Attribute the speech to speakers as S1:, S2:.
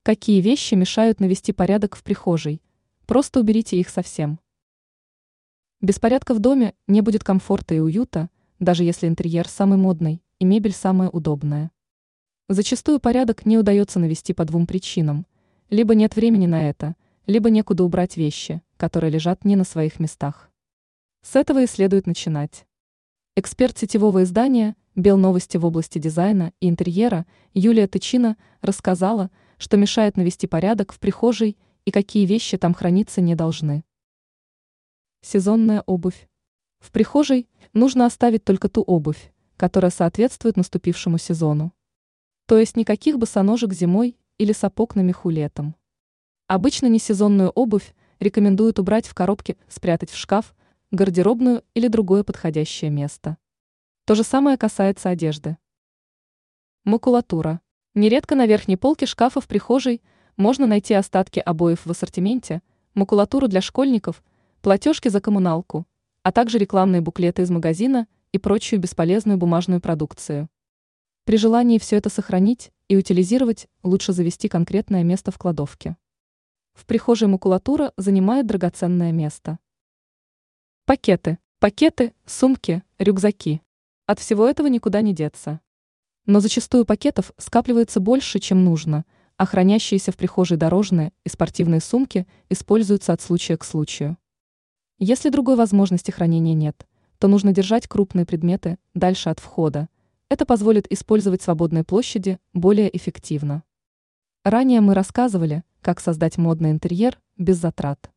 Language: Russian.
S1: Какие вещи мешают навести порядок в прихожей? Просто уберите их совсем. Без порядка в доме не будет комфорта и уюта, даже если интерьер самый модный и мебель самая удобная. Зачастую порядок не удается навести по двум причинам. Либо нет времени на это, либо некуда убрать вещи, которые лежат не на своих местах. С этого и следует начинать. Эксперт сетевого издания «Белновости» в области дизайна и интерьера Юлия Тычина рассказала, что мешает навести порядок в прихожей и какие вещи там храниться не должны. Сезонная обувь. В прихожей нужно оставить только ту обувь, которая соответствует наступившему сезону. То есть никаких босоножек зимой или сапог на меху летом. Обычно несезонную обувь рекомендуют убрать в коробке, спрятать в шкаф, гардеробную или другое подходящее место. То же самое касается одежды. Макулатура. Нередко на верхней полке шкафа в прихожей можно найти остатки обоев в ассортименте, макулатуру для школьников, платежки за коммуналку, а также рекламные буклеты из магазина и прочую бесполезную бумажную продукцию. При желании все это сохранить и утилизировать лучше завести конкретное место в кладовке. В прихожей макулатура занимает драгоценное место. Пакеты, сумки, рюкзаки. От всего этого никуда не деться. Но зачастую пакетов скапливается больше, чем нужно, а хранящиеся в прихожей дорожные и спортивные сумки используются от случая к случаю. Если другой возможности хранения нет, то нужно держать крупные предметы дальше от входа. Это позволит использовать свободные площади более эффективно. Ранее мы рассказывали, как создать модный интерьер без затрат.